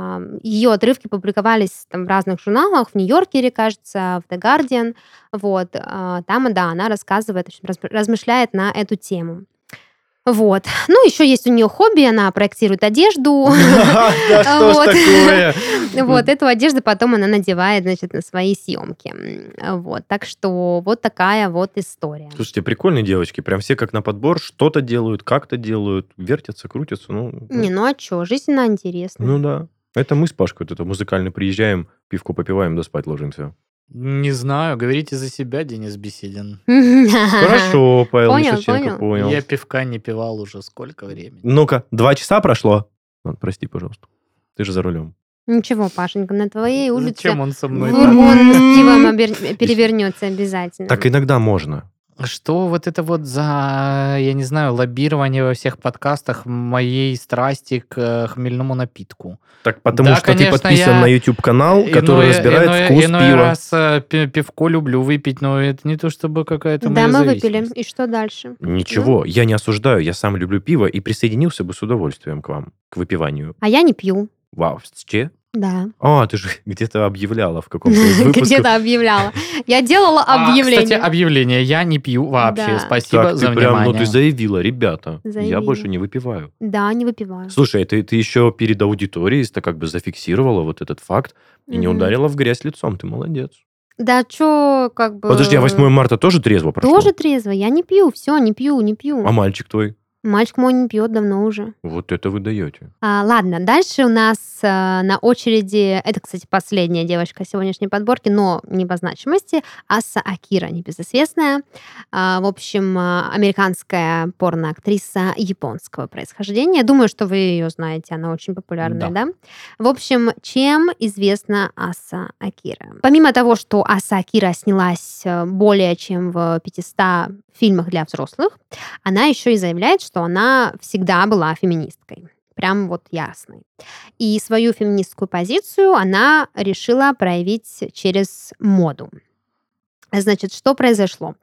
Ее отрывки публиковались там в разных журналах, в Нью-Йоркере, кажется, в The Guardian. Вот. а, Там, да, она рассказывает, в общем, раз- размышляет на эту тему. Вот. Ну, еще есть у нее хобби, она проектирует одежду. Да что ж Вот. такое? Вот, эту одежду потом она надевает, значит, на свои съемки. М, Вот, так что вот такая вот история. Слушайте, прикольные девочки. Прям все как на подбор. Что-то делают, как-то делают. Вертятся, крутятся. Ну, Не, ну, ну а что, жизнь она интересная. ну да. Это мы с Пашкой вот это музыкально приезжаем, пивко попиваем, да спать ложимся. Не знаю, говорите за себя, Денис Беседин. Хорошо, Павел Понял, Мишаченко, понял. понял. Я пивка не пивал уже сколько времени. Ну-ка, два часа прошло? Ладно, прости, пожалуйста. Ты же за рулем. Ничего, Пашенька, на твоей улице Зачем он со мной? фургон с пивом обер- перевернется обязательно. Так иногда можно. Что вот это вот за, я не знаю, лоббирование во всех подкастах моей страсти к э, хмельному напитку? Так потому Да, что ты конечно, подписан я на YouTube-канал, который Иное- разбирает иное- вкус иной пива. раз э, пи- пивко люблю выпить, но это не то чтобы какая-то Да, моя мы выпили. зависимость. И что дальше? Ничего, я не осуждаю, я сам люблю пиво и присоединился бы с удовольствием к вам, к выпиванию. А я не пью. Вау, с че? Да. А, ты же где-то объявляла в каком-то из выпусков. Где-то объявляла. Я делала А, объявление. кстати, объявление. Я не пью вообще. Да. Спасибо Так, за ты прям, ну внимание. ты заявила, ребята, я Заявила. больше не выпиваю. Да, не выпиваю. Слушай, ты, ты еще перед аудиторией-то как бы зафиксировала вот этот факт и не Мгм. ударила в грязь лицом. Ты молодец. Да чё, как бы... Подожди, а восьмое марта тоже трезво прошло? Тоже трезво. Я не пью, все, не пью, не пью. А мальчик твой? Мальчик мой не пьет давно уже. Вот это вы даете. А, ладно, дальше у нас а, на очереди, это, кстати, последняя девочка сегодняшней подборки, но не по значимости, Аса Акира, небезызвестная. А, в общем, а, американская порноактриса японского происхождения. Думаю, что вы ее знаете, она очень популярная, да? Да. В общем, чем известна Аса Акира? Помимо того, что Аса Акира снялась э, более чем в пятистах фильмах для взрослых, она еще и заявляет, что она всегда была феминисткой. Прям вот ясной. И свою феминистскую позицию она решила проявить через моду. Значит, что произошло?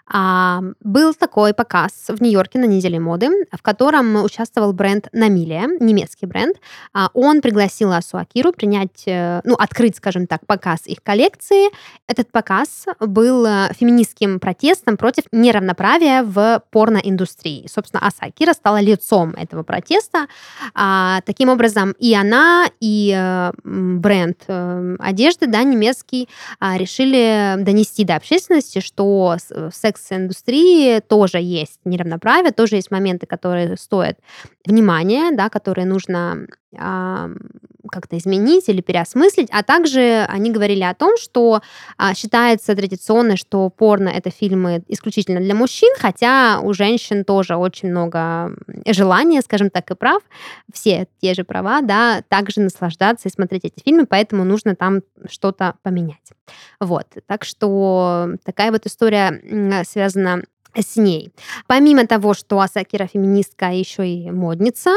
А, был такой показ в Нью-Йорке на неделе моды, в котором участвовал бренд Намилия, немецкий бренд. А, он пригласил Асу Акиру принять, э, ну, открыть, скажем так, показ их коллекции. Этот показ был э, феминистским протестом против неравноправия в порноиндустрии. Собственно, Аса Акира стала лицом этого протеста. А, таким образом, и она, и э, м, бренд э, одежды, да, немецкий, а, решили донести до общественности, что с- в секс-индустрии тоже есть неравноправие, тоже есть моменты, которые стоят внимания, да, которые нужно а, как-то изменить или переосмыслить. А также они говорили о том, что а, считается традиционно, что порно — это фильмы исключительно для мужчин, хотя у женщин тоже очень много желания, скажем так, и прав, все те же права, да, также наслаждаться и смотреть эти фильмы, поэтому нужно там что-то поменять. Вот, так что такая вот история м, связана с ней. Помимо того, что Аса Акира феминистка, еще и модница,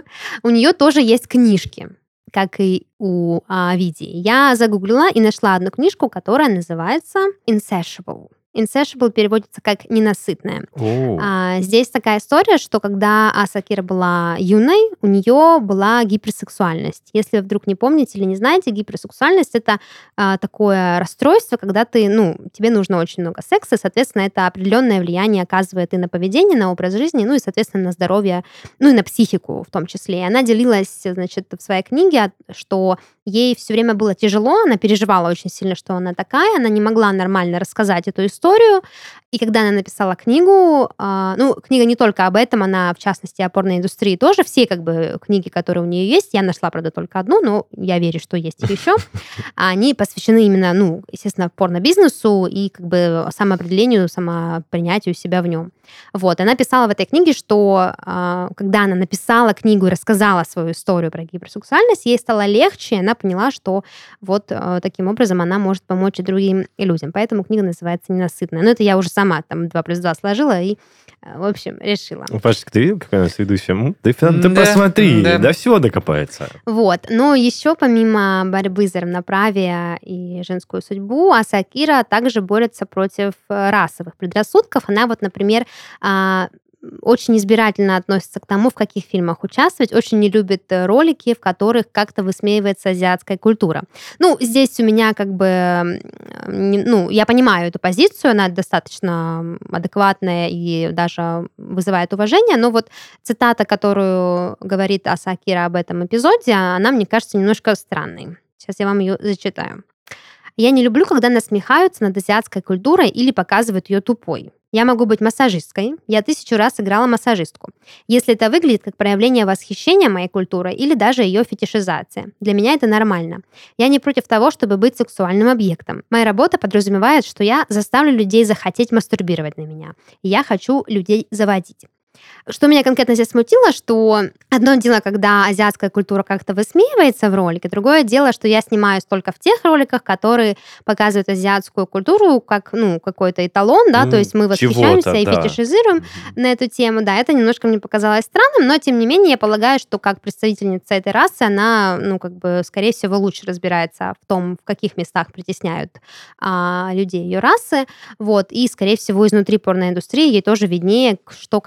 у нее тоже есть книжки, как и у а, Види. Я загуглила и нашла одну книжку, которая называется Insatiable. Insatiable переводится как «ненасытная». О, А, здесь такая история, что когда Аса Акира была юной, у нее была гиперсексуальность. Если вы вдруг не помните или не знаете, гиперсексуальность — это а, такое расстройство, когда ты, ну, тебе нужно очень много секса, соответственно, это определенное влияние оказывает и на поведение, на образ жизни, ну и, соответственно, на здоровье, ну и на психику в том числе. И она делилась, значит, в своей книге, что ей все время было тяжело, она переживала очень сильно, что она такая, она не могла нормально рассказать эту историю. И когда она написала книгу, а, ну, книга не только об этом, она, в частности, о порной индустрии тоже, все как бы книги, которые у нее есть, я нашла, правда, только одну, но я верю, что есть их еще, они посвящены именно, ну, естественно, порно-бизнесу и как бы самоопределению, самопринятию себя в нем. Вот, она писала в этой книге, что а, когда она написала книгу и рассказала свою историю про гиперсексуальность, ей стало легче, и она поняла, что вот а, таким образом она может помочь и другим людям. Поэтому книга называется «Ненасытная». Но это я уже сама там два плюс два сложила и, а, в общем, решила. Пашечка, ты видел, какая у нас ведущая? М, Ты, ты Да, посмотри, да. до всего докопается. Вот. Но еще помимо борьбы за равноправие и женскую судьбу, Аса Акира также борется против э, расовых предрассудков. Она вот, например, а, очень избирательно относится к тому, в каких фильмах участвовать, очень не любит э, ролики, в которых как-то высмеивается азиатская культура. Ну, здесь у меня как бы, м, не- ну, я понимаю эту позицию, она достаточно адекватная и даже вызывает уважение, но вот цитата, которую говорит Аса Акира об этом эпизоде, она, мне кажется, немножко странной. Сейчас я вам ее зачитаю. «Я не люблю, когда насмехаются над азиатской культурой или показывают ее тупой. Я могу быть массажисткой. Я тысячу раз играла массажистку. Если это выглядит как проявление восхищения моей культурой или даже ее фетишизация. Для меня это нормально. Я не против того, чтобы быть сексуальным объектом. Моя работа подразумевает, что я заставлю людей захотеть мастурбировать на меня. И я хочу людей заводить». Что меня конкретно здесь смутило, что одно дело, когда азиатская культура как-то высмеивается в ролике, другое дело, что я снимаюсь только в тех роликах, которые показывают азиатскую культуру как, ну, какой-то эталон, да, Ну, то есть мы чего-то, восхищаемся и да. фетишизируем на эту тему, да, это немножко мне показалось странным, но тем не менее я полагаю, что как представительница этой расы она, ну, как бы, скорее всего, лучше разбирается в том, в каких местах притесняют а, людей ее расы, вот, и, скорее всего, изнутри порноиндустрии ей тоже виднее, что как снимается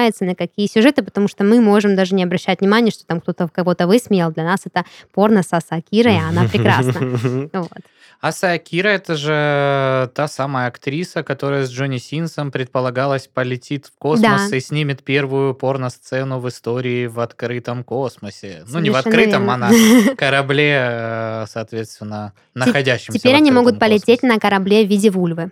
снимается, на какие сюжеты, потому что мы можем даже не обращать внимания, что там кто-то кого-то высмеял. Для нас это порно с Аса Акирой, и она прекрасна. Вот. Аса Акира — это же та самая актриса, которая с Джонни Синсом предполагалось полетит в космос Да. и снимет первую порно-сцену в истории в открытом космосе. Ну, не в Совершенно открытом, верно. а на корабле, э, соответственно, находящемся Теперь в они открытом могут полететь космосе. на корабле в виде вульвы.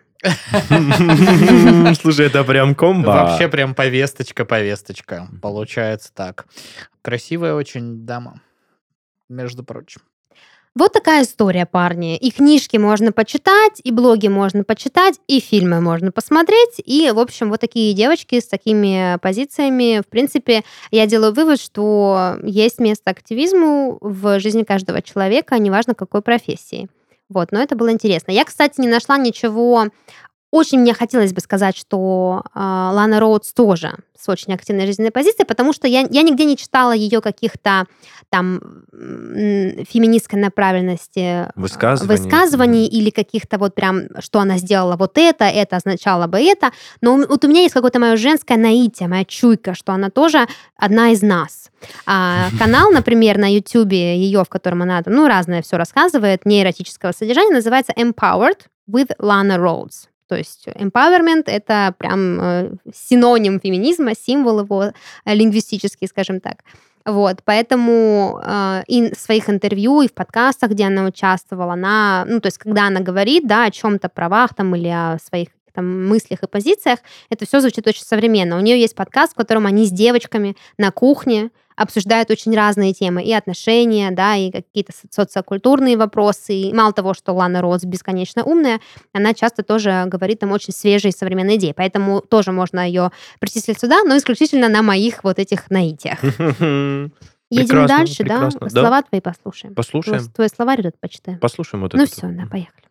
Слушай, это прям комбо. Вообще прям повесточка-повесточка. Получается так. Красивая очень дама, между прочим. Вот такая история, парни. И книжки можно почитать, и блоги можно почитать, и фильмы можно посмотреть. И, в общем, вот такие девочки с такими позициями. В принципе, я делаю вывод, что есть место активизму в жизни каждого человека, неважно какой профессии. Вот, но это было интересно. Я, кстати, не нашла ничего... Очень мне хотелось бы сказать, что э, Лана Роудс тоже с очень активной жизненной позицией, потому что я, я нигде не читала ее каких-то там м, феминистской направленности Высказываний. высказываний или каких-то вот прям, что она сделала вот это, это означало бы это. Но у- вот у меня есть какое-то мое женское наитие, моя чуйка, что она тоже одна из нас. А, канал, например, на Ютубе ее, в котором она ну, разное все рассказывает, неэротического содержания, называется Empowered with Lana Rhodes. То есть empowerment — это прям э, синоним феминизма, символ его э, лингвистический, скажем так. Вот, поэтому э, и в своих интервью, и в подкастах, где она участвовала, она, ну, то есть когда она говорит, да, о чем-то правах там или о своих там, мыслях и позициях, это все звучит очень современно. У нее есть подкаст, в котором они с девочками на кухне обсуждают очень разные темы, и отношения, да, и какие-то социокультурные вопросы. И мало того, что Лана Роудс бесконечно умная, она часто тоже говорит там очень свежие современные идеи. Поэтому тоже можно ее причислить сюда, но исключительно на моих вот этих наитиях. Едем Прекрасно, дальше, да? прекрасно, да. Слова твои послушаем. Послушаем. Твой, твой словарь этот почитаем. Послушаем вот Ну это. все, да, поехали.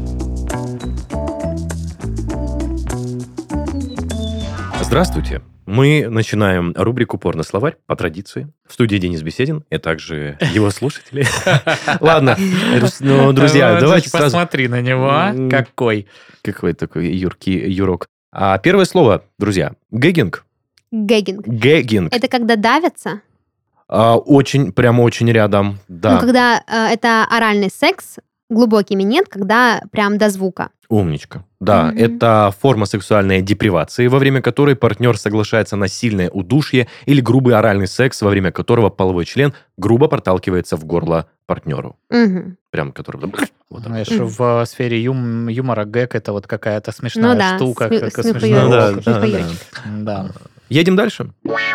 Здравствуйте. Мы начинаем рубрику «Порно-словарь» по традиции. В студии Денис Беседин, и также его слушатели. Ладно, ну, друзья, Вот, давайте сразу... Посмотри на него, а, М. какой. Какой такой юркий юрок. А первое слово, друзья, гэггинг. Гэггинг. Гэггинг. Это когда давятся? А, очень, прямо очень рядом, Ну, да. когда э, это оральный секс, глубокий минет, когда прям до звука. Умничка. Да, Мгм. это форма сексуальной депривации, во время которой партнер соглашается на сильное удушье или грубый оральный секс, во время которого половой член грубо проталкивается в горло партнеру. Мгм. Прям который... Вот так. Знаешь, Мгм. в сфере юм- юмора гэг это вот какая-то смешная Ну да, штука. смех- как смехуёчек, смешной да, образ. да, смехуёчек. Да. Едем дальше.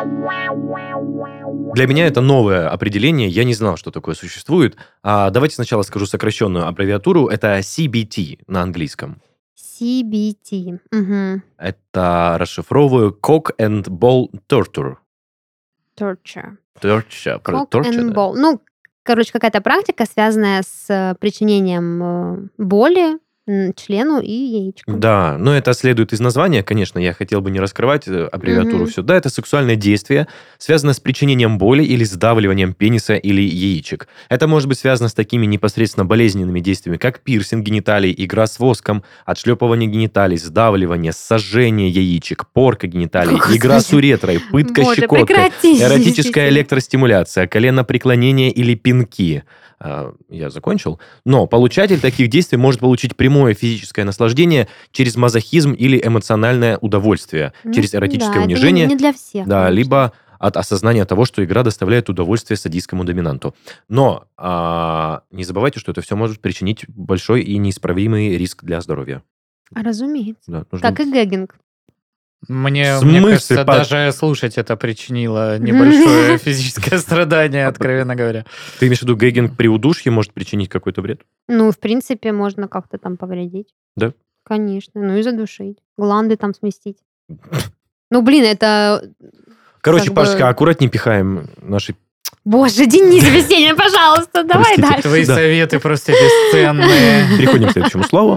Для меня это новое определение. Я не знал, что такое существует. А давайте сначала скажу сокращенную аббревиатуру. Это си би ти на английском. си би ти. Мгм. Это расшифровываю Cock and Ball Torture. Torture. Torture. про Cock torture, and да. ball. Ну, короче, какая-то практика, связанная с э, причинением э, боли м, члену и яичку. Да, но это следует из названия, конечно, я хотел бы не раскрывать э, аббревиатуру Мгм. все. Да, это сексуальное действие, связанное с причинением боли или сдавливанием пениса или яичек. Это может быть связано с такими непосредственно болезненными действиями, как пирсинг гениталий, игра с воском, отшлепывание гениталий, сдавливание, сожжение яичек, порка гениталий, Господи. игра с уретрой, пытка Боже, щекоткой, прекрати. эротическая электростимуляция, коленопреклонение или пинки. А, Я закончил. Но получатель таких действий может получить прямое физическое наслаждение через мазохизм или эмоциональное удовольствие, Ну, через эротическое да, это не- унижение, Не для всех. да, конечно. либо от осознания того, что игра доставляет удовольствие садистскому доминанту. Но а, не забывайте, что это все может причинить большой и неисправимый риск для здоровья. А, Разумеется. Да, нужно- Как и гэггинг. Мне, В мне смысле, кажется, под- даже слушать это причинило небольшое физическое страдание, откровенно говоря. Ты имеешь в виду, гэггинг при удушье может причинить какой-то вред? Ну, в принципе, можно как-то там повредить. Да? Конечно. Ну и задушить. Гланды там сместить. Ну, блин, это... Короче, Как Пашка, бы- аккуратнее пихаем наши... Боже, Денис Весенин, пожалуйста, давай Простите. дальше. Твои Да. советы просто бесценные. Переходим к следующему слову.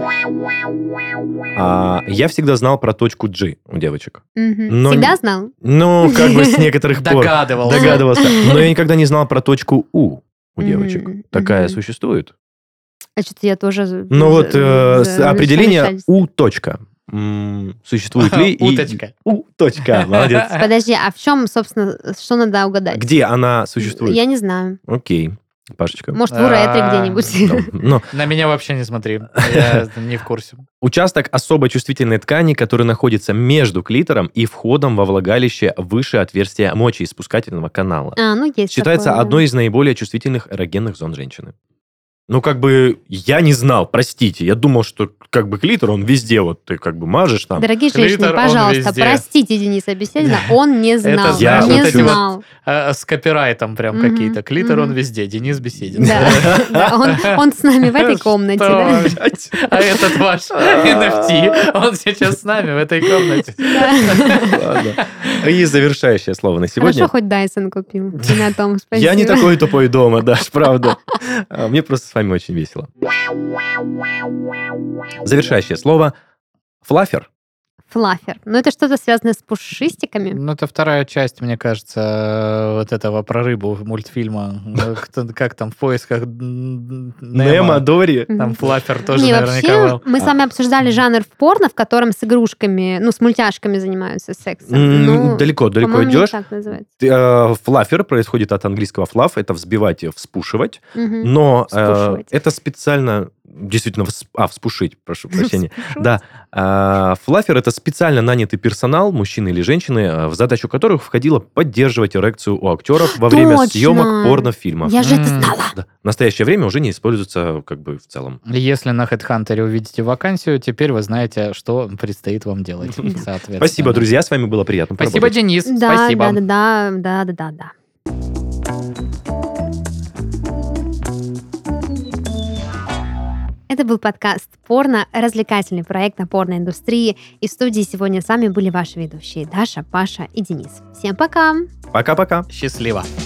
А, я всегда знал про точку G у девочек. Мгм. Но Всегда не- знал? Ну, как бы с некоторых пор. Догадывался. Догадывался. Но я никогда не знал про точку У у Мгм, девочек. Такая мгм. существует. А что-то я тоже... Но вот э, с- определение У точка. М, Существует ли... и- Уточка. Уточка, молодец. Подожди, а в чем, собственно, что надо угадать? Где она существует? Я не знаю. Окей. Пашечка. Может, в уретре А, где-нибудь. Ну, На меня вообще не смотри. Я не в курсе. участок особо чувствительной ткани, который находится между клитором и входом во влагалище выше отверстия мочеиспускательного канала. А, ну есть Считается такое, да. одной из наиболее чувствительных эрогенных зон женщины. Ну, как бы, я не знал, простите. Я думал, что как бы клитор, он везде, вот ты как бы мажешь там. Дорогие Клитор, женщины, он пожалуйста, везде. простите Дениса Беседина, он не знал. знаешь, не вот эти вот- знал. А, С копирайтом прям Мгм, какие-то. Клитор он мгм. везде. Денис Беседин. Да, да, он, он с нами в этой комнате, да? Что? А этот ваш эн эф ти, он сейчас с нами в этой комнате. Да. Ладно. И завершающее слово на сегодня. Хорошо, хоть Дайсон купил. И на том спасибо. Я не такой тупой дома, Даш, правда. А, Мне просто с вами очень весело. Завершающее слово. Флафер. Флафер. Ну, это что-то связанное с пушистиками. Ну, это вторая часть, мне кажется, вот этого про рыбу мультфильма. Ну, кто- Как там, в поисках м, Немо, Немо. Дори. Мгм. Там Флафер тоже Не, наверняка вообще, был. мы с вами обсуждали жанр в порно, в котором с игрушками, ну, с мультяшками занимаются сексом. М, Ну, Далеко, далеко по-моему, не идешь. так называется. Э, Флафер происходит от английского флаф, это взбивать, вспушивать. Мгм. Но э, Вспушивать. это специально, действительно, вс- а, вспушить, прошу прощения. Вспушивать. Да, а, флафер это специально нанятый персонал, мужчины или женщины, а, в задачу которых входило поддерживать эрекцию у актеров во время Точно. съемок порнофильмов. Я же это М. знала. Да. В настоящее время уже не используется как бы в целом. Если на HeadHunter увидите вакансию, теперь вы знаете, что предстоит вам делать. Соответственно. Спасибо, друзья, с вами было приятно Спасибо, поработать. Денис. Да, Спасибо. да, да, да, да, да, да. Это был подкаст «Порно», развлекательный проект о порноиндустрии. И в студии сегодня с вами были ваши ведущие Даша, Паша и Денис. Всем пока! Пока-пока. Счастливо.